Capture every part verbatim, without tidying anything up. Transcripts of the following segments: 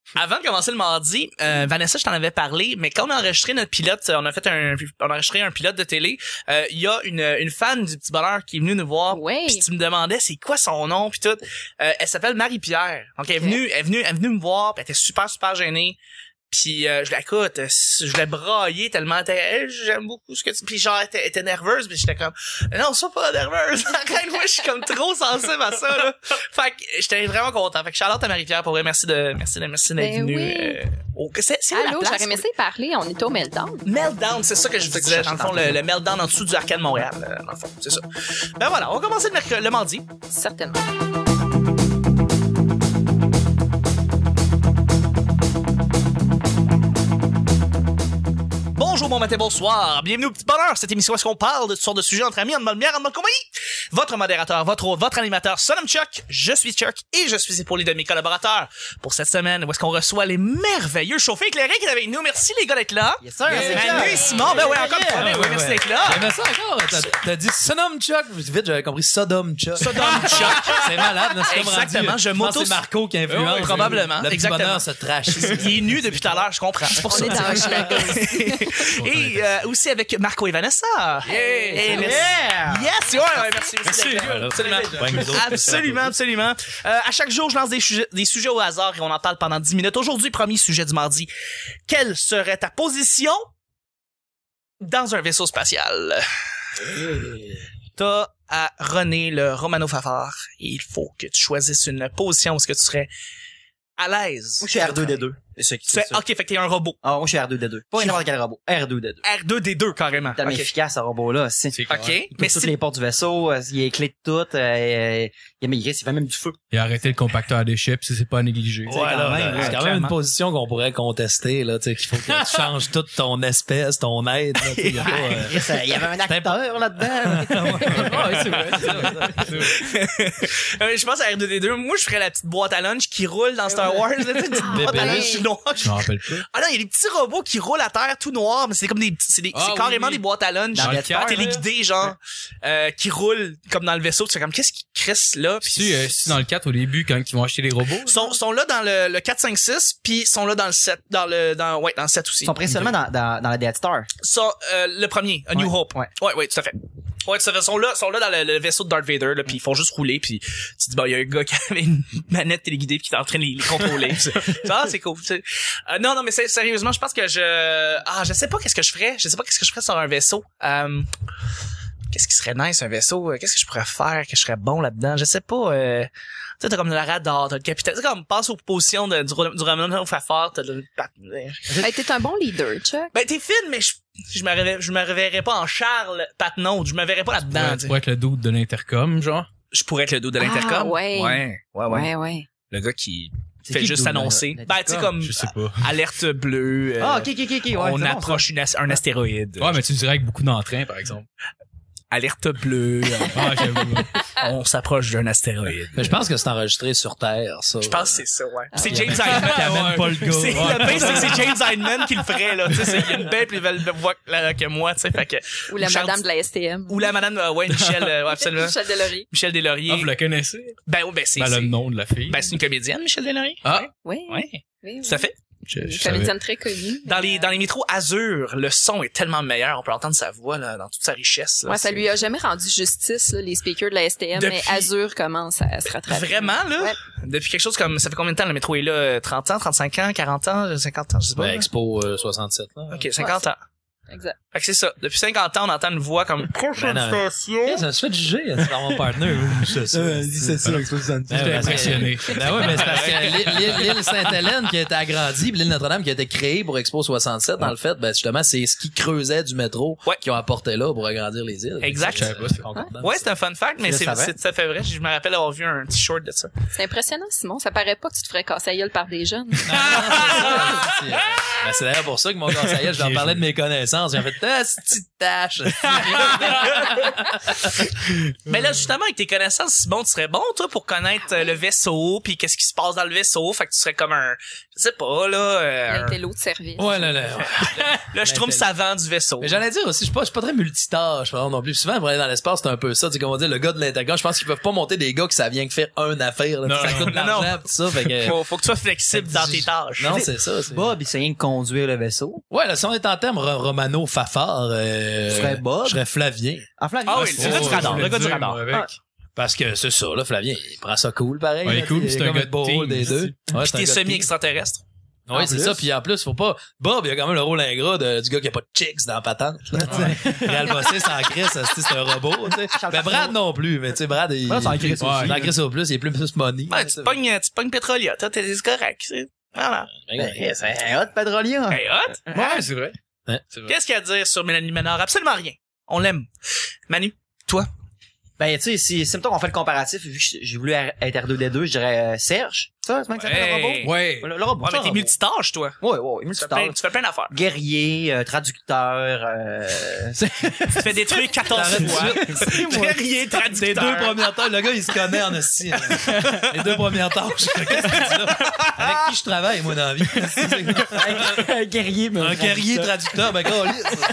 Avant de commencer le mardi, euh, Vanessa, je t'en avais parlé, mais quand on a enregistré notre pilote, on a fait un, on a enregistré un pilote de télé, euh, il y a une, une fan du Petit Bonheur qui est venue nous voir, oui. Puis tu me demandais c'est quoi son nom puis tout. Euh, elle s'appelle Marie-Pierre. Donc elle est venue, elle est venue, elle est venue me voir, puis elle était super super gênée. Puis euh, je l'écoute, je l'ai braillé tellement, elle, hey, j'aime beaucoup ce que tu... Puis genre, elle était, elle était nerveuse, puis j'étais comme, non, sois pas nerveuse. Arrête, moi, je suis comme trop sensible à ça, là. Fait que j'étais vraiment content. Fait que shout-out à Marie-Pierre, pour vrai, merci de, merci de, merci d'être ben venue. Oui. Euh, au, c'est, c'est Allô, la place, j'aurais aimé ça y parler, on est au Meltdown. Meltdown, c'est ça que je vous disais, dans le fond, le, le Meltdown en dessous du Arcade Montréal, euh, dans le fond, c'est ça. Ben voilà, on va commencer le, mercredi, le mardi. Certainement. Bonjour, bon matin, bonsoir. Bienvenue au Petit Bonheur. Cette émission où est-ce qu'on parle de toutes sortes de sujets entre amis, en bonne bière, en bonne compagnie. Votre modérateur, votre hôte, votre animateur, son nom Chuck. Je suis Chuck et je suis épaulé de mes collaborateurs pour cette semaine où est-ce qu'on reçoit les merveilleux chauffés éclairés qui sont avec nous. Merci les gars d'être là. Yes sir. Yeah. Manu et Simon, ben ouais, encore une fois, ben ouais, merci d'être là. J'aimais ça encore. T'as, t'as dit Sodom Chuck. Vite, j'avais compris Sodom Chuck. Sodom Chuck. C'est malade, là. C'est comme Exactement, rendu, je pense m'auto- que c'est Marco qui influence. Oui, probablement. Le Petit Exactement. Bonheur se trash. Il est nu depuis tout à l'heure, je comprends. C'est pour On ça. est dans un schlag. Et euh, aussi avec Marco et Vanessa. Hey, Et merci. yeah. Yes, ouais, ouais, merci. Merci. d'être là. Absolument. Absolument, absolument. Euh, à chaque jour, je lance des sujets, des sujets au hasard et on en parle pendant dix minutes. Aujourd'hui, premier sujet du mardi. Quelle serait ta position dans un vaisseau spatial? T'as à René le Romano Fafard et il faut que tu choisisses une position où est-ce que tu serais à l'aise. Moi, je suis R deux D deux. C'est ça qui Tu fais, fait ça. ok, fait que t'es un robot. Ah, moi, je suis R deux D deux. Pas n'importe quel robot. R deux D deux. R deux D deux, carrément. Tellement Ok. efficace, ce robot-là. C'est, C'est Ok. il coupe Mais toutes si, les portes du vaisseau, euh, il est clé de tout, euh, euh, il, il, il fait même du feu. Il a arrêté le compacteur à déchets, puis c'est pas à négliger. Ouais, quand même, c'est ouais, quand même clairement. une position qu'on pourrait contester, là, tu sais, qu'il faut que tu changes toute ton espèce, ton aide, là, tu sais, il y a pas, euh, Chris, euh, il y avait un acteur là-dedans. ouais, c'est vrai, c'est vrai, c'est vrai. Euh, je pense à R deux D deux. Moi, je ferais la petite boîte à lunch qui roule dans Star Wars. Là, tu sais, une petite boîte à Bébé. lunch noire. Je m'en rappelle pas. Ah non, il y a des petits robots qui roulent à terre tout noirs, mais c'est comme des petits, c'est des, Ah, c'est oui, carrément oui. des boîtes à lunch. Dans le cœur, téléguidées, genre, euh, qui roulent comme dans le vaisseau. Tu fais comme, qu'est-ce qui crisse là? Puis Puis, euh, si dans le quatre, au début, quand ils vont acheter les robots. sont, sont là dans le, le quatre, cinq, six, puis sont là dans le sept, dans le, dans, ouais, dans le sept aussi. Ils sont principalement dans, dans, dans la Death Star. Sont, euh, le premier, A New Ouais, Hope. ouais. Ouais, ouais, tout à fait. Ouais, tout à fait. Sont là, sont là dans le, le vaisseau de Darth Vader, là, puis ils font juste rouler, puis tu te dis, bon, il y a un gars qui avait une manette téléguidée puis qui est en train de les, les contrôler. Puis c'est- ah, c'est cool. c'est- Euh, non, non, mais c'est- sérieusement, je pense que je, ah, je sais pas qu'est-ce que je ferais. Je sais pas qu'est-ce que je ferais sur un vaisseau. Euh, qu'est-ce qui serait nice, un vaisseau? Qu'est-ce que je pourrais faire que je serais bon là-dedans? Je sais pas, euh, tu sais, t'as comme le radar, t'as le capitaine. Tu sais, comme, passe aux positions de, du, du Romano Fafard, t'as le, Hey, t'es un bon leader, Chuck. ben, t'es fine, mais je, je me reverrais, je me reverrais pas en Charles Patnaud. Je me verrais pas là-dedans, Ouais, tu tu sais. pourrais être le doute de l'intercom, genre. Je pourrais être le dos de Ah, l'intercom. ouais. Ouais, ouais, ouais. Ouais, ouais. Le gars qui C'est fait qui, juste le double, annoncer. là, Ben, tu sais, l'intercom? comme, Je sais pas. alerte bleue. euh, Ah, ok, ok, ok, ok. Ouais, on c'est bon, approche une as- un astéroïde. Ouais, mais tu dirais avec beaucoup d'entrain, par exemple. Alerte bleue. euh, Ah, j'avoue. on s'approche d'un astéroïde. Mais je pense que c'est enregistré sur Terre, ça. Je pense que c'est ça, ouais. Ah, c'est ouais. James Hyndman. Qui amène pas le gars. C'est, Ouais. le pire, c'est que c'est James Hyndman qui le ferait, là. Tu sais, c'est- il y a une belle plus belle voix que, la- que moi, tu sais, fait que. Ou la Charles- madame de la S T M. Ou la madame, euh, ouais, Michel, euh, ouais, absolument. Michel Delory. Michel Deslauriers. Ah, vous la connaissez? Ben, ouais, ben, c'est, Ben, c'est, le nom de la fille. ben, c'est une comédienne, Michel Deslauriers. Ah. Oui. Ouais. Oui, oui. Tout à fait. Je, je Une savais. comédienne très connue. Dans les, Euh, dans les métros Azur, le son est tellement meilleur. On peut entendre sa voix, là, dans toute sa richesse. là. Ouais, ça C'est- lui a jamais rendu justice, là, les speakers de la S T M, Depuis- mais Azur commence à se rattraper. Vraiment, là? Ouais. Depuis quelque chose comme, ça fait combien de temps le métro est là? euh, trente ans, trente-cinq ans, quarante ans, cinquante ans, je sais pas. Ben, là. Expo euh, soixante-sept, là. Ok, cinquante Ouais, ans. Exact. Fait que c'est ça. Depuis cinquante ans, on entend une voix comme prochaine Ben non. station. Eh, ça se fait juger, c'est dans mon partner. c'est ça, Expo soixante-dix. Ben, J'étais parce que- impressionné. Ben oui, mais c'est parce que l'île- l'île l'île Sainte-Hélène qui a été agrandie, puis l'île Notre-Dame qui a été créée pour Expo soixante-sept, dans le fait, ben justement, c'est ce qui creusait du métro Ouais. qui ont apporté là pour agrandir les îles. Exact. Je savais pas, c'est concordant. Ouais, c'est un fun fact, mais Je c'est, le savais. c'est, ça fait vrai. Je me rappelle avoir vu un petit short de ça. C'est impressionnant, Simon. Ça paraît pas que tu te ferais casser la gueule par des jeunes. Non, non, c'est ça. C'est- Ben, c'est d'ailleurs pour ça que mon conseiller, je leur parlais de mes connaissances. J'ai fait, ah, c'est tache. Mais là, justement, avec tes connaissances, Simon, tu serais bon, toi, pour connaître euh, le vaisseau, puis qu'est-ce qui se passe dans le vaisseau. Fait que tu serais comme un, je sais pas, là, euh, un- L'intello de service. Ouais, là, là. là, je trouve savant du vaisseau. Mais j'allais dire aussi, je suis pas, je suis pas très multitâche, par exemple, non plus. Souvent, pour aller dans l'espace, c'est un peu ça. Tu sais, comme on dit, le gars de l'intégration, je pense qu'ils peuvent pas monter des gars que ça vient que faire une affaire, là. Non, Ça coûte de non, l'argent, pis tout ça, fait que... Faut, faut que tu sois flexible dans tes tâches. Non, c'est ça. c'est- Bob, il sait rien que conduire le vaisseau. Ouais, là, si on est en termes ro- romano-fafard, euh, Tu serais Bob? je serais Flavien. En Flavien. Ah oui, c'est le gars du ça, radar, je le gars voulais du dire, radar. moi, avec. Ah. Parce que c'est ça, là, Flavien, il prend ça cool, pareil. Ouais, là, il est cool, tu sais, c'est un comme gars le beau de rôle team, des deux. Ouais, Puis c'est un t'es gars de team. semi-extraterrestre. Ouais, En c'est plus. ça. Puis en plus, faut pas... Bob, il a quand même le rôle ingrat de, du gars qui a pas de chicks dans la patente. là, tu sais. Réal Bossé, c'est en crise, ça, c'est un robot, tu sais. Charles Ben, Brad Martineau. non plus, mais tu sais, Brad, il... Ouais, c'est en crise il- aussi. il est en crise au plus, il est plus, plus money. Ouais, tu te pognes, tu te pognes Petrolia, toi, t'es c'est correct, c'est, voilà. Eh, C'est un hot pétrolien. Hey, hot! Ouais, c'est vrai. Ouais. C'est vrai. Qu'est-ce qu'il y a à dire sur Mélanie Ménard? Absolument rien. On l'aime. Manu, toi? Ben, tu sais, si, si, mettons qu'on fait le comparatif, vu que j'ai voulu être R deux D deux, je dirais euh, Serge. Ça, c'est même que ça s'appelle le robot? Ouais. Le, le robot. Ouais, ça, mais t'es le robot. multitâche, toi. Ouais, ouais, Tu fais plein, multitâche. tu fais plein d'affaires. Guerrier, euh, traducteur, euh... Tu te fais détruire quatorze T'arrêtes fois. C'est moi. Guerrier, Les traducteur. deux premières tâches, le gars, il se connaît en hostie. là. Les deux premières tâches. Qu'est-ce que tu dis là? Avec qui je travaille, moi, dans la vie? un guerrier, mais Un guerrier traducteur, ben, gars,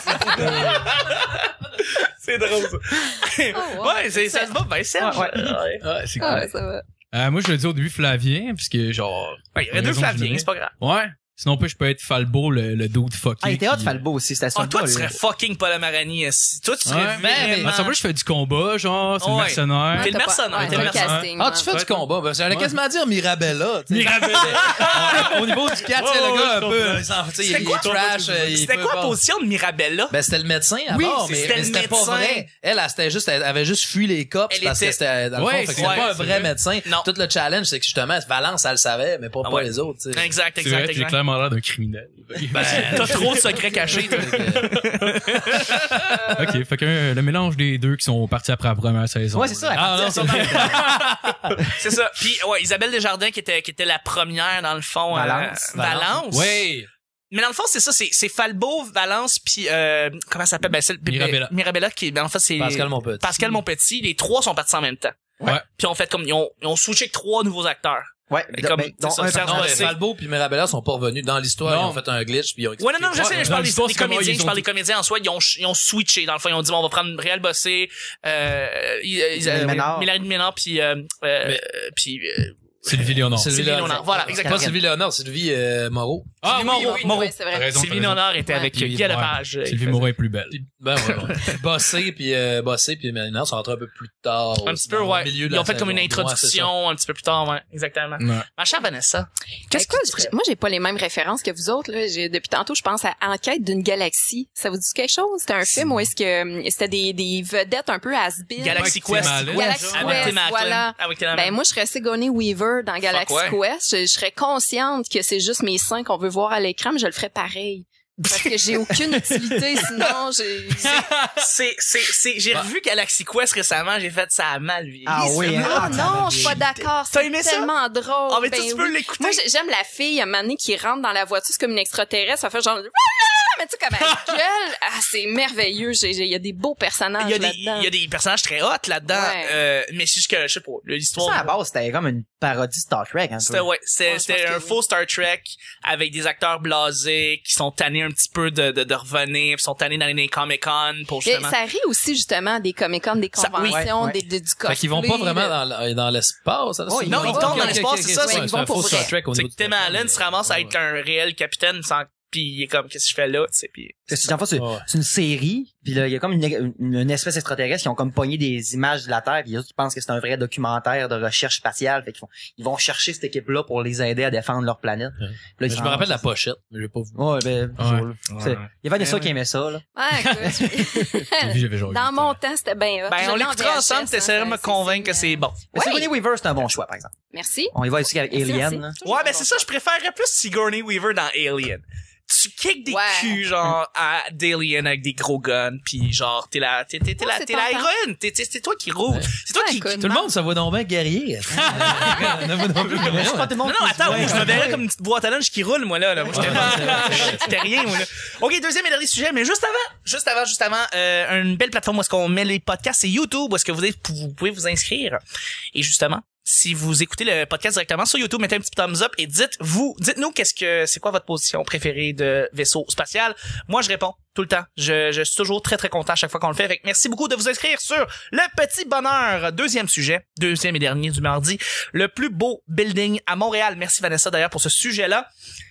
C'est drôle, ça. Oh, wow. Ouais, c'est, ça se va bien, Serge. Ouais, Ouais. Ouais, c'est Ah, cool. ouais, ça va. Euh, moi, je le dis au début Flavien, puisque genre... Ouais, il y aurait deux raison, Flaviens, je c'est pas grave. Ouais. Sinon, peut je peux être Falbo, le, le dude fucké. Ah, il était hot, qui- Falbo aussi, c'était Ah, ça. toi, tu serais fucking Paul Amarani. si- Toi, tu serais Ouais, ben, vraiment... mais, ça peut, je fais du combat, genre, c'est Ouais. le mercenaire. T'es le T'as pas- mercenaire, ouais, t'es le t'as mercenaire. casting, Ah, ouais. tu fais Ouais. du combat. Ben, j'allais Ouais. quasiment dire Mirabella. tu sais. Mirabella. Ah, Au niveau du catch, Ouais, le ouais, gars, je un peu, comprends. il s'en- tu sais, C'était il quoi est trash. euh, il C'était peut quoi pas- la position de Mirabella? Ben, c'était le médecin à Oui, bord, c'est- mais, c'était mais le c'était pas médecin. vrai. Elle, elle, c'était juste, elle avait juste fui les cops Elle parce était- que c'était, dans le Ouais, fond, fait que c'est c'était vrai, pas un c'est vrai vrai. médecin. Non. Tout le challenge, c'est que justement, Valence, elle le savait, mais pas, Ah pas ouais. les autres, tu sais. Exact, C'est exact, vrai, j'ai exact. clairement l'air d'un criminel. Ben, T'as trop de secrets cachés, toi. Ok, fait que euh, le mélange des deux qui sont partis après la première saison. Ouais, c'est ça. Ah, non, c'est C'est ça. Puis, ouais, Isabelle Desjardins qui était, qui était la première, dans le fond. Valence. euh, Valence. Ouais. Mais dans le fond, c'est ça, c'est, c'est Falbo, Valence, puis euh, comment ça s'appelle? Ben, c'est le- Mirabella. Mirabella qui, ben, en fait, c'est... Pascal Monpetit. Pascal Monpetit. Les trois sont partis en même temps. Ouais. Puis on fait comme, ils ont, ils ont switché que trois nouveaux acteurs. Ouais, Mais comme- ben, dont c'est ça, un Serge par- Non, mais c'est- Falbo puis Mirabella sont pas revenus dans l'histoire. Non. Ils ont fait un glitch puis ils ont Ouais, expliqué. non, non, je sais, mais je dans parle des, l'histoire, des c'est comment comédiens, ils je ont parle des tout- comédiens en soi, ils ont, ils ont switché, dans le fond, ils ont dit, bon, on va prendre Réal Bossé, euh, ils- ils- Mélanie Ménard. Mélanie Ménard, puis, euh, euh, Mais- puis, euh, Sylvie Léonard. Sylvie Sylvie Léonard. Léonard. Voilà, Pas exactement. Sylvie Léonard, Sylvie euh, Moreau. Ah, Sylvie oui, Moreau. oui, oui. Moreau. Ouais, c'est T'as vrai. raison, Sylvie t'as raison. Léonard était Ouais. avec Puis, Guy à la ouais. page. Sylvie Moreau est plus belle. Ben ouais, ouais. Bossé puis euh, Bossé puis Ménard sont rentrés un peu plus tard. Un petit peu, dans le ouais. milieu de Ils la ont fait comme une saison. Ouais, c'est ça. introduction un petit peu plus tard, ouais, exactement. Ouais. Ma chère Vanessa, qu'est-ce que Écoute, tu ferais? moi, j'ai pas les mêmes références que vous autres, là. J'ai, depuis tantôt, je pense à Enquête d'une galaxie. Ça vous dit quelque chose? C'était un film où est-ce que, hum, c'était des, des vedettes un peu has-been. Galaxy Ouais, Quest. Tim Allen. Galaxy Avec Quest, Tim Allen. voilà. Avec Tim Allen. Ben, moi, je serais Sigourney Weaver dans Galaxy ouais. Quest. Je, je serais consciente que c'est juste mes seins qu'on veut voir à l'écran, mais je le ferais pareil. Parce que j'ai aucune utilité, sinon j'ai... c'est, c'est, c'est, j'ai revu Galaxy Quest récemment, j'ai fait ça a mal vieilli. Ah oui, ça. hein. Ah Ah, non, je suis pas d'accord. T'as C'est aimé ça? tellement drôle. Ah, mais Ben tu, tu peux oui. l'écouter. Moi, j'ai- j'aime la fille, à un moment donné, qui rentre dans la voiture, c'est comme une extraterrestre, ça fait genre... Mais tu sais, comme elle gueule, ah, c'est merveilleux. J'ai- j'ai- Il y a des beaux personnages il y a des, là-dedans. il y a des personnages très hot là-dedans, Ouais. euh, mais c'est juste que, je sais pas, l'histoire. Ça, à la base, c'était comme une parodie de Star Trek, un C'était, peu. ouais, c'était, Ouais, je c'était pense un que faux Star Trek avec des acteurs blasés qui sont tannés un petit peu de, de, de revenir, puis sont tannés dans les Comic-Con pour Et justement. ça rit aussi, justement, des Comic-Con, des Ça- oui. conventions, Ouais, ouais. des, des- du cosplay. Fait qu'ils vont pas vraiment dans, l- dans l'espace. hein, Oh, c'est- non, ils ok, tombent ok, dans ok, l'espace, ok, c'est ça, ok, c'est- ils c'est vont un pour faux vrai. Star Trek au C'est niveau que Tim du- Allen se ramasse Ouais, à être un réel capitaine sans, puis il est comme, qu'est-ce que je fais là, tu sais, puis. Parce que, en fait, c'est Ouais. c'est une série, puis là, il y a comme une, une, une espèce extraterrestre qui ont comme pogné des images de la Terre, puis les autres ils pensent que c'est un vrai documentaire de recherche spatiale, fait qu'ils font, ils vont chercher cette équipe-là pour les aider à défendre leur planète. Ouais. Puis là, Je ils me font- rappelle la pochette, mais j'ai pas vu. Ouais, ben, Ouais. c'est- il y avait des ça qui aimaient ça, là. Ouais, écoute, J'ai vu, j'avais genre dans huit mon ans. temps, c'était bien hot. Ben, Je on l'ai en l'écoutera V H S, ensemble, hein, t'essaieras de me c'est- convaincre que c'est- c'est bon. Mais Ouais. Sigourney Weaver, c'est un bon choix, par exemple. Merci. On y va ici avec Merci, Alien. merci. Ouais, ben c'est ça, je préférerais plus Sigourney Weaver dans Alien. tu kicks des Ouais. culs, genre, à d'aliens avec des gros guns, puis genre, t'es la, t'es, t'es, t'es Ouais, la, c'est t'es la tentant. héroïne, t'es, t'es, c'est toi qui roule. C'est toi Ouais, qui, écoute. qui- Tout le monde, ça va donc bien guerrier. Je sais pas tout le monde Non, non, qui- attends, Ouais, moi, je me ouais. verrais comme une petite boîte à lunch qui roule, moi, là, là. Moi, j'étais j'étais rien, moi, là. OK, deuxième et dernier sujet, mais juste avant, juste avant, juste avant, euh, une belle plateforme où est-ce qu'on met les podcasts, c'est YouTube, où est-ce que vous, êtes- vous pouvez vous inscrire. Et justement, si vous écoutez le podcast directement sur YouTube, mettez un petit thumbs up et dites-vous, dites-nous qu'est-ce que, c'est quoi votre position préférée de vaisseau spatial. Moi, je réponds tout le temps. Je, je suis toujours très, très content à chaque fois qu'on le fait. Fait que merci beaucoup de vous inscrire sur le petit bonheur. Deuxième sujet, deuxième et dernier du mardi, le plus beau building à Montréal. Merci Vanessa d'ailleurs pour ce sujet-là.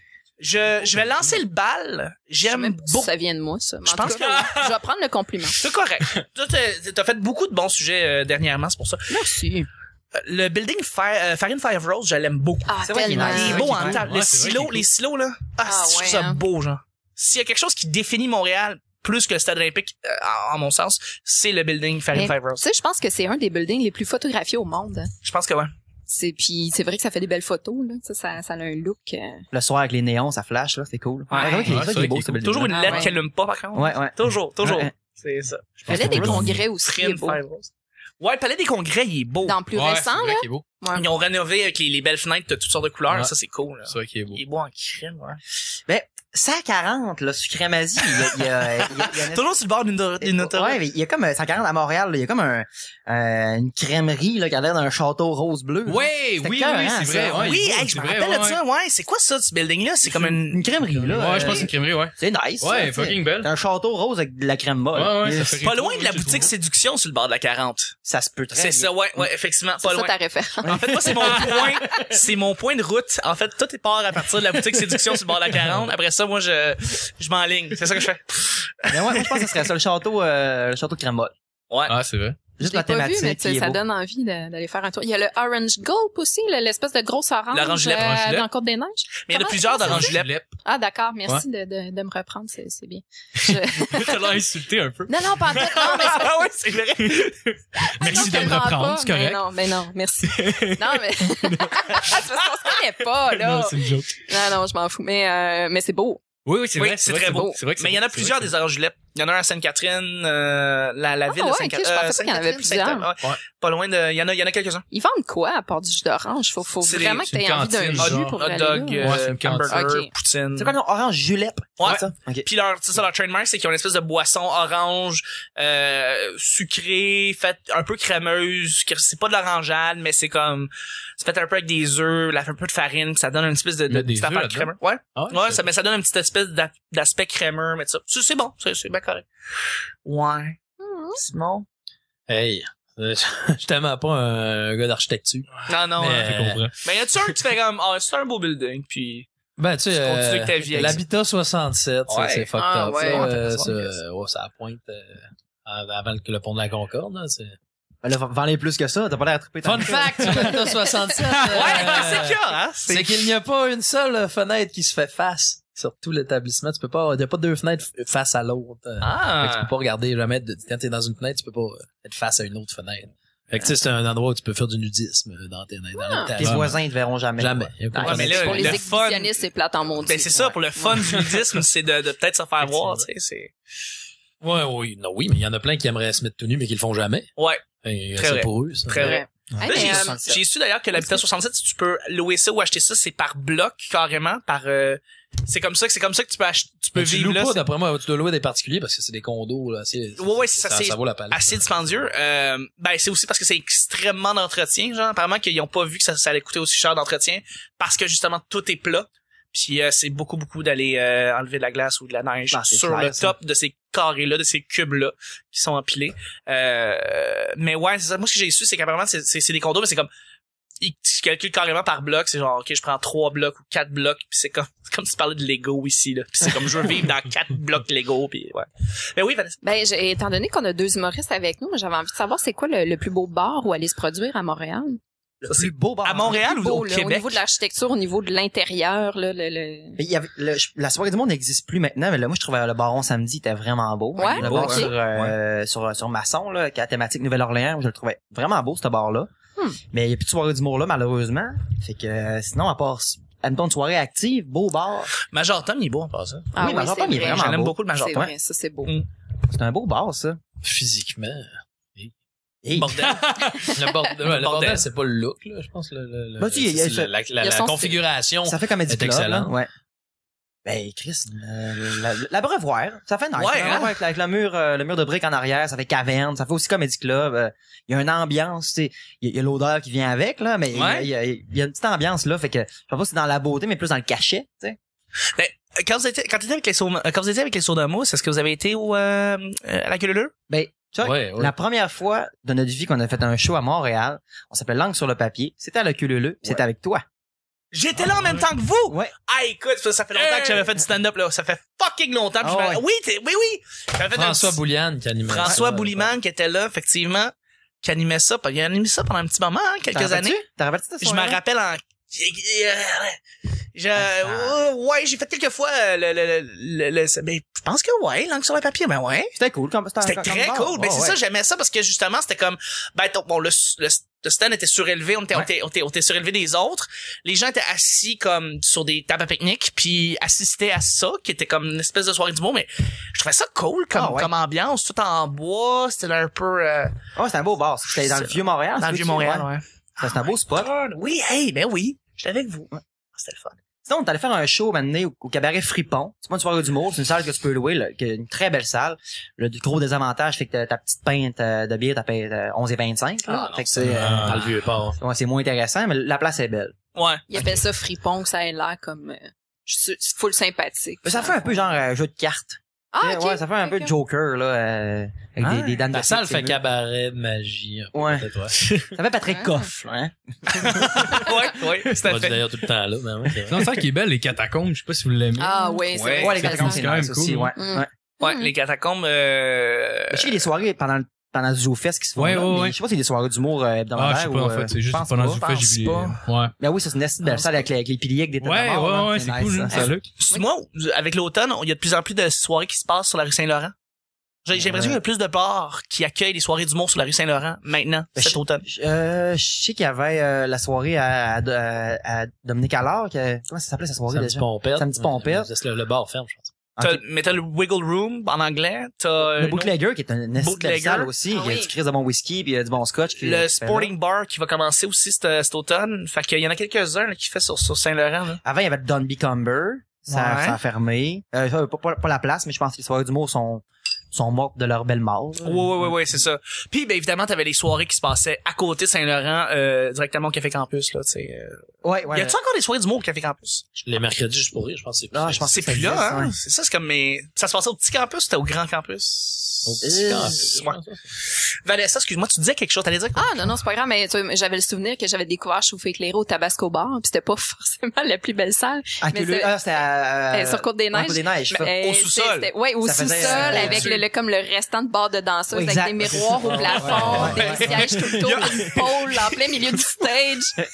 Je, je vais lancer le bal. Je sais J'aime même pas si beaucoup. ça vient de moi, ça. Mais Je en tout pense cas, je vais prendre le compliment. C'est correct. Toi, t'as- t'as fait beaucoup de bons sujets euh, dernièrement, c'est pour ça. Merci. Euh, Le building Fire, euh, Farine Five Rose, je l'aime beaucoup. Ah, C'est vrai qu'il est tellement. nice. Il est ouais, beau qu'il en est même temps. Ouais, Les c'est vrai silos, qu'il est cool. les silos, là. Ah, Ah, je trouve ouais, ça hein. beau, genre. S'il y a quelque chose qui définit Montréal plus que le Stade olympique, euh, en, en mon sens, c'est le building Farine Mais, Five tu Rose. sais, je pense que c'est un des buildings les plus photographiés au monde. hein. Je pense que ouais. C'est puis c'est vrai que ça fait des belles photos là, ça ça, ça a un look. euh, Le soir avec les néons, ça flash, là, c'est cool. Ouais. c'est vrai qu'il est- Ouais, c'est vrai c'est qu'il est beau, vrai ce qu'il est building. Toujours une Ah, lettre ouais. qu'elle aime pas, par contre. Ouais, ouais. Toujours, toujours. Ouais, ouais. C'est ça. Le palais des que- congrès aussi il est Farine beau. Five Rose. Ouais, le palais des congrès, il est beau. Dans le plus Ouais, récent c'est vrai là. qu'il est beau. Ouais. Ils ont rénové avec les, les belles fenêtres de toutes sortes de couleurs. Ouais. Ça, c'est cool. Là. C'est vrai qu'il est beau. Il est beau en crème, ouais. Ben, cent quarante, là, sur Crémazie, il y a, il y a, il y a- il y a une- Toujours sur le bord d'une d'une autoroute. Ouais, mais il y a comme euh, cent quarante à Montréal, là, il y a comme un, euh, une crèmerie là, qui a l'air d'un château rose-bleu. Ouais, C'était oui, cœur, oui, hein, c'est vrai. ça. Ouais, il Oui, est beau, hey, je c'est me vrai, rappelle ouais, de ça. Ouais, c'est quoi ça, ce building-là? C'est comme une... Une crèmerie, là. Ouais, je euh, pense que c'est une crèmerie, ouais. c'est nice. Ouais, ça, tu sais. fucking belle. C'est un château rose avec de la crème molle. Ouais, ouais, Il- ça fait Pas rétro, loin de oui, la c'est boutique trop beau. séduction sur le bord de la quarante. Ça se peut très C'est bien. ça, ouais, ouais, effectivement, C'est pas ça loin. ta référence. En fait, moi, c'est mon point, c'est mon point de route. En fait, tout est part à partir de la boutique séduction sur le bord de la quarante. Après ça, moi, je, je m'enligne. C'est ça que je fais. Mais ouais, moi, je pense que ce serait ça, le château, euh, le château de crème molle. Ouais. Ah, c'est vrai. Je Juste l'ai la pas vu, thématique. mais tu sais, qui est ça beau. donne envie de- d'aller faire un tour. Il y a le Orange Gulp aussi, là, l'espèce de grosse orange, L'orange julep, euh, orange julep. dans Côte des Neiges. Mais il y en a Comment plusieurs ça, d'orange ça? julep. Julep. Ah d'accord, merci de, de, de me reprendre, c'est, c'est bien. Je- T'as l'air insulté un peu. Non, non, pas en tout. Non, mais c'est Ah ouais, c'est vrai. Merci de me tellement reprendre, pas, c'est correct. Mais non, mais non, merci. Non, mais c'est parce qu'on se connaît pas, là. Non, c'est une joke. Non, non, je m'en fous. Mais, euh, mais c'est beau. Oui, oui, c'est Oui, vrai. c'est vrai très que beau. C'est vrai que c'est Mais il y en a beau, plusieurs c'est des oranges julep. Il y en a un à Sainte-Catherine, euh, la, la Ah ville ouais, de ok, Sainte-Catherine. je pensais euh, pas qu'il y en avait Sainte-Catherine, plusieurs. Sainte- ouais. Ouais. Pas loin de, il y en a, il y en a quelques-uns. Ils vendent quoi à part du jus d'orange? Faut, faut C'est des- vraiment que c'est t'aies une envie d'un cantine, jus genre. pour Hot aller dog, là. euh, Ouais, c'est une cantine. hamburger, Ok. poutine. C'est quoi le nom? Orange julep? Ouais. C'est ça? Ok. Puis leur, c'est ça, leur trademark, c'est qu'ils ont une espèce de boisson orange, euh, sucrée, faite un peu crémeuse, que c'est pas de l'orangeade, mais c'est comme, c'est fait un peu avec des œufs, là, un peu de farine, ça donne une espèce de, Il y de a des petite œufs affaire là-dedans? crémeux. Ouais. Ah Ouais, c'est- ça, mais ça donne une petite espèce d'a- d'aspect crémeux, mais ça, c'est, c'est bon, c'est, c'est bien correct. Ouais. Mhm. Simon? Hey, euh, je suis tellement pas un gars d'architecture. Non, non, Mais- hein. Je comprends. Mais y a-tu un qui fait comme, ah, c'est un beau building, puis Ben, tu sais, Tu continues euh, avec ta vie avec l'habitat soixante-sept, ça, Ouais. c'est fucked Ah, up. ouais. ça, Ouais, euh, t'as ça, raison, euh, ouais, ça pointe euh, avant le, le pont de la Concorde. Là, c'est... Ben là, vends-les plus que ça, t'as pas l'air trippé. Fun fact sur l'habitat soixante-sept. ouais, euh, c'est qu'il y a, hein? c'est qu'il n'y a pas une seule fenêtre qui se fait face sur tout l'établissement. Tu peux pas, il y a pas deux fenêtres f- face à l'autre. Euh, Fait que tu Ah. peux pas regarder jamais, de- quand t'es dans une fenêtre, tu peux pas euh, être face à une autre fenêtre. Fait que tu sais, c'est un endroit où tu peux faire du nudisme euh, dans tes, dans Ah. l'habitation. Tes voisins, ils te verront jamais. Jamais. quoi. Il y a pas de Ouais, mais fenêtre. là, Pour les le fun- exhibitionnistes, c'est plate en maudit. Ben, c'est ça, pour le fun du nudisme, c'est de, de peut-être se faire voir, tu sais, c'est, Ouais, oui, non, oui, mais il y en a plein qui aimeraient se mettre tout nu, mais qui le font jamais. ouais, Et Très c'est vrai. pour eux, ça. très vrai. Hey, Là, mais, j'ai, euh, su, j'ai su d'ailleurs que l'habitat soixante-sept, si tu peux louer ça ou acheter ça, c'est par bloc, carrément, par, euh, c'est comme ça que, c'est comme ça que tu peux acheter, tu peux Mais tu vivre loues là. pas, c'est d'après moi, tu dois louer des particuliers parce que c'est des condos, là, assez, Ouais, ouais, ça, c'est ça vaut la peine. assez dispendieux. Euh, ben, c'est aussi parce que c'est extrêmement d'entretien, genre, apparemment qu'ils ont pas vu que ça, ça allait coûter aussi cher d'entretien, parce que justement, tout est plat. Puis euh, c'est beaucoup, beaucoup d'aller euh, enlever de la glace ou de la neige Ah, c'est sur clair, le ça. top de ces carrés-là, de ces cubes-là qui sont empilés. Euh, mais ouais, c'est ça. Moi, ce que j'ai su, c'est qu'apparemment, c'est, c'est, c'est des condos, mais c'est comme, ils calculent carrément par bloc. C'est genre, OK, je prends trois blocs ou quatre blocs, puis c'est comme, c'est comme si tu parlais de Lego ici, là. Puis c'est comme, je veux vivre dans quatre blocs Lego, puis ouais. Mais oui, Vanessa. Ben, j'ai- étant donné qu'on a deux humoristes avec nous, moi, j'avais envie de savoir c'est quoi le, le plus beau bar où aller se produire à Montréal? Le plus beau bar. À Montréal Le ou plus beau, au là, Québec? Au niveau de l'architecture, au niveau de l'intérieur, là, le, le... Mais il y avait, le- la soirée du monde n'existe plus maintenant, mais là, moi, je trouvais le Baron samedi était vraiment beau. Ouais, le beau, bar ok. sur, euh, sur, sur Masson, là, qui a la thématique Nouvelle-Orléans, je le trouvais vraiment beau, ce bar-là. Hmm. Mais il y a plus de soirée d'humour là, malheureusement. Fait que, euh, sinon, à part, admettons, une soirée active, beau bar. Major Tom, il est beau en passant. Ah Oui, oui, Major c'est Tom, il est vrai. vraiment J'aime beau. beaucoup le Major C'est Tom. vrai, ça c'est beau. Mm. C'est un beau bar, ça. Physiquement. Hey. Bordel. Le bordel, le bordel. bordel, c'est pas le look, là, je pense. Le, le, le- Bah, tu, il y a- c'est la, la, la, il y a la son configuration. Ça fait comédie est club, excellent. là. Ouais. Ben, Chris, euh, la, la brevoire, ça fait nice. Ouais, hein? hein? Avec, avec le mur, euh, le mur de briques en arrière, ça fait caverne, ça fait aussi comédie club. euh, Il y a une ambiance, tu sais, il y, a- il y a l'odeur qui vient avec, là, mais il y a- Ouais. il y, a, il y a une petite ambiance, là, fait que, je sais pas si c'est dans la beauté, mais plus dans le cachet, tu sais. Ben, quand vous étiez, quand t'étais avec les soda, quand vous étiez avec les soda mousse, est-ce que vous avez été au, euh, à la queue leu? Ben, tu vois, Ouais, ouais. la première fois de notre vie qu'on a fait un show à Montréal, on s'appelait Langue sur le papier, c'était à la queue leu, c'était avec toi. J'étais là en même temps que vous! Ouais. Ah, écoute, ça, ça fait longtemps que j'avais fait du stand-up, là. Ça fait fucking longtemps. Puis Ah je me- ouais. Oui, t'es, oui, oui! J'avais fait un François petit- Bouliane qui animait François ça. Bouliman qui était là, effectivement, qui animait ça. Il a animé ça pendant un petit moment, hein, T'en quelques rappelles-tu? années. T'en rappelles-tu de ça? Je me rappelle en... Je, Ah. ouais, j'ai fait quelques fois euh, le, le, le, le, le- ben, je pense que ouais, langue sur le papier, ben ouais. C'était cool, comme C'était très cool. Ben, c'est ça, j'aimais ça parce que justement, c'était comme, ben, ton- bon, le, le, le stand était surélevé, on était, on Ouais. était, on était, on était surélevé des autres. Les gens étaient assis comme sur des tables à pique-nique puis assistaient à ça, qui était comme une espèce de soirée d'humour, mais je trouvais ça cool comme, Ah ouais. comme ambiance, tout en bois, c'était un peu, euh, Oh, c'était un beau bar. C'était dans le Vieux-Montréal. dans le c'est Vieux-Montréal, ouais. ouais. C'était un beau spot. Oui, hey, ben oui. J'étais avec vous. Ouais. C'était le fun. Sinon, on est allé faire un show maintenant au, au cabaret Fripon. C'est pas une soirée d'humour, c'est une salle que tu peux louer, là, qui est une très belle salle. Le gros désavantage, c'est que ta, ta petite pinte euh, de bière, t'as payé euh, onze et vingt-cinq. Là. Ah, non, fait que c'est, euh, Dans le vieux port. ouais, c'est moins intéressant, mais la place est belle. Ouais. Il appelle ça fripon, que ça a l'air comme, euh, je suis sûr, full sympathique. Mais ça fait un peu genre euh, jeu de cartes. Ah, Tu sais, ok. Ouais, ça fait un peu de Ok. Joker, là, euh, avec Ah, des, des dents de La salle fait cabaret. cabaret de magie. un peu, Ouais. peut-être, ouais. Ça fait Patrick Ah. Coff, hein. ouais, ouais, C'est c'était pas dit fait. d'ailleurs tout le temps là, mais ouais, c'est vrai. C'est une affaire qui est belle, les catacombes. Je sais pas si vous l'aimez. Ah, oui, c'est Ouais, vrai. Ouais, les c'est catacombes, ça. c'est quand même nice aussi, cool, ouais. Mm. ouais. Ouais, Mm. les catacombes, euh... Je sais qu'il y a des soirées pendant le pendant le ZooFest qui se font Ouais, là, ouais, mais ouais. je sais pas si c'est des soirées d'humour euh, hebdomadaires Ah, je sais pas, ou, en euh, fait. C'est je juste pense pendant pas. du pense fait, j'ai vu les... pas. Ouais. Ben oui, ça c'est une esti de belle salle avec, les- avec les piliers avec des têtes Ouais, de mort, ouais, là. ouais, c'est nice, cool, ça. hein, ça look. Moi, avec l'automne, il y a de plus en plus de soirées qui se passent sur la rue Saint-Laurent. J'ai j'ai l'impression qu'il y a plus de bars qui accueillent des soirées d'humour sur la rue Saint-Laurent maintenant, Ben, cet je- automne. Je euh, je sais qu'il y avait euh, la soirée à, à, à Dominique Allard. Que, comment ça s'appelait sa soirée Samedi déjà? pompette. Samedi pompette. Euh, Le, le bar ferme, je pense. T'as, Ok. mais t'as le Wiggle Room en anglais, t'as Le une Bootlegger qui est une esti de belle Bootlegger. salle aussi. Ah Il y a oui. du crise de bon whisky puis il y a du bon scotch. qui- le qui fait là. Sporting Bar qui va commencer aussi cet, cet automne. Fait qu'il y en a quelques-uns là, qui fait sur, sur Saint-Laurent. Là. Avant, il y avait le Dunby Cumber. Ça, Ouais. ça a fermé. Euh, ça, pas, pas, pas la place, mais je pense que les soirées d'humour sont, sont mortes de leur belle mort. là. Oui, oui, oui, oui, c'est ça. Puis, ben évidemment, t'avais les soirées qui se passaient à côté de Saint-Laurent, euh, directement au Café Campus. Là, tu sais. Euh... Ouais, ouais. Y a-tu encore des soirées d'humour au Café Campus? Les mercredis, juste pour rire, je pense que c'est Ah, je pense C'est que ça plus là, existe, hein? ouais. C'est ça, c'est comme mes... Ça se passait au petit campus ou c'était au grand campus? Au petit Euh, campus. ouais. Vanessa, excuse-moi, tu disais quelque chose, t'allais dire quoi? Ah, non, non, c'est pas grave, mais tu vois, j'avais le souvenir que j'avais découvert Chauffe éclairé au Tabasco Bar, puis c'était pas forcément la plus belle salle. Ah, mais que le- c'est- ah, c'était à, Euh, sur Côte-des-Neiges. à Côte-des-Neiges, ça. Euh, Au sous-sol. c'était- Ouais, au Ça faisait, sous-sol, euh, avec au-dessus. le, le, comme le restant de bar de danseuse, Oui, avec exact. des miroirs au Ouais, plafond, ouais, ouais, des ouais. sièges tout le tour, une pôle en plein milieu du stage.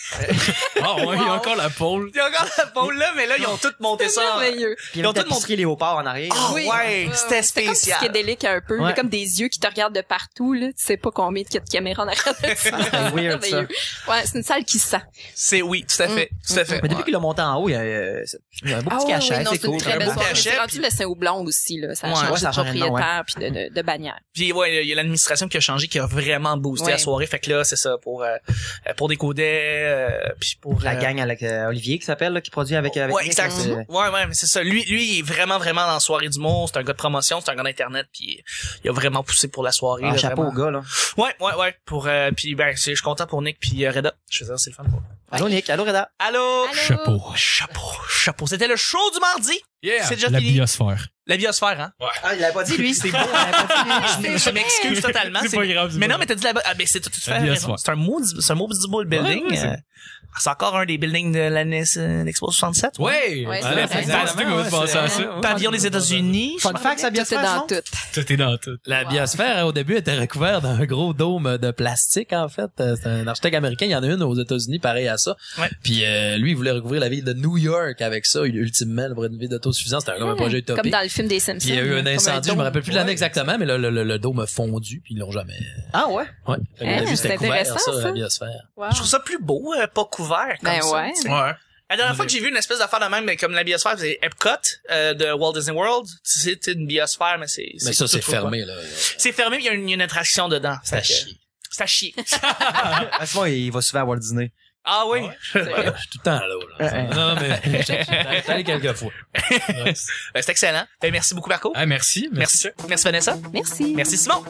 Ah ouais, il y a Wow. encore la pôle. Il y a encore la pôle là, mais là, ils ont tous monté C'est ça. en- merveilleux. Puis il y Ils ont avait tout mon- tapisserie Léopard en arrière. Ah, Oui. ouais, c'était C'était comme spécial. psychédélique un peu. Il y Ouais. a comme des yeux qui te regardent de partout, là. Tu sais pas combien de de caméras en arrière de ça. C'est weird, ça. Merveilleux. Ouais, c'est une salle qui sent. C'est oui, tout à fait, Mm. tout à fait. Mais depuis qu'il a monté en haut, il y a, euh, il y a un beau petit Ah ouais, cachet, oui, non, c'est c'est une cool. très Un belle beau soirée. cachet, C'est rendu puis- le Saint-Houblon aussi, là. Ça a Ouais, changé ouais, ça a de changé de nom, propriétaire puis de, de, de bannière. Puis ouais, il y a l'administration qui a changé, qui a vraiment boosté Ouais. la soirée. Fait que là, c'est ça pour euh, pour des codets, euh, puis pour La euh, gang avec euh, Olivier qui s'appelle, là, qui produit avec, avec Ouais, Nick, exact. là, c'est- Ouais, ouais, mais c'est ça. Lui, lui, il est vraiment, vraiment dans la soirée du monde. C'est un gars de promotion, c'est un gars d'internet, puis il a vraiment poussé pour la soirée. Ah, là, chapeau vraiment. au gars, là. Ouais, ouais, ouais. Pour euh, puis ben, c'est- je suis content pour Nick puis euh, Reda. Je veux dire, c'est le fun. Pour... Allô, Nick. Allô, Reda. Allô. Allô? Chapeau. Chapeau, chapeau. C'était le show du mardi. Yeah. C'est déjà La fini. biosphère. La biosphère, hein. Ah, il l'avait pas dit, lui. C'est beau. Il l'avait pas dit, lui. Je m'excuse totalement. C'est pas grave. c'est Mais pas non, mais grave. t'as dit la... Ah, mais c'est tout, tout La fait biosphère. raison. C'est un mot, c'est un mot du beau building. Ouais, ouais, c'est- euh, c'est encore un des buildings de l'année euh, l'Expo soixante-sept. Ouais. Ouais, Allez, c'est c'est vrai. fantastique qu'on va penser à ça. Pavillon des États-Unis. Fun fact, ça Tout est dans tout. Tout est dans tout. La biosphère, hein, au début, était recouverte d'un gros dôme de plastique, en fait. Euh, C'est un architecte américain. Il y en a une aux États-Unis, pareil à ça. Ouais. Puis euh, lui, il voulait recouvrir la ville de New York avec ça, ultimement, pour une ville d'autosuffisance. C'était comme un projet utopique. Comme dans le film des Simpsons. Puis il y a eu un comme incendie, je dôme. me rappelle plus de l'année Ouais. exactement, mais le, le, le, le dôme a fondu, puis ils l'ont jamais... Ah, ouais. Ouais. Fait qu'au Hein, début, c'était c'est couvert, intéressant, ça, ça. la biosphère. Wow. Je trouve ça plus beau, euh, pas couvert comme Ben ça. ouais. tu sais. Ouais. La dernière fois que j'ai vu une espèce d'affaire de même, mais comme la biosphère, c'est Epcot euh, de Walt Disney World. C'est une biosphère, mais c'est... Mais ça, c'est tout fermé, là. C'est fermé, mais il y a une, il y a une attraction dedans. C'est à Fait que- chier. C'est à chier. À ce moment, il va souvent à Walt Disney. Ah oui. Je suis tout le temps là, là. Non, mais j'étais allé quelques fois. Ben, c'est excellent. Ben, merci beaucoup, Marco. Ah, merci. Merci. Merci, Vanessa. Merci. Merci, Simon.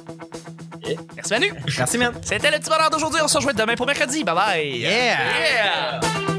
Merci, Manu. Merci, man. C'était le petit bonheur d'aujourd'hui. On se rejoint demain pour mercredi. Bye bye. Yeah! Yeah!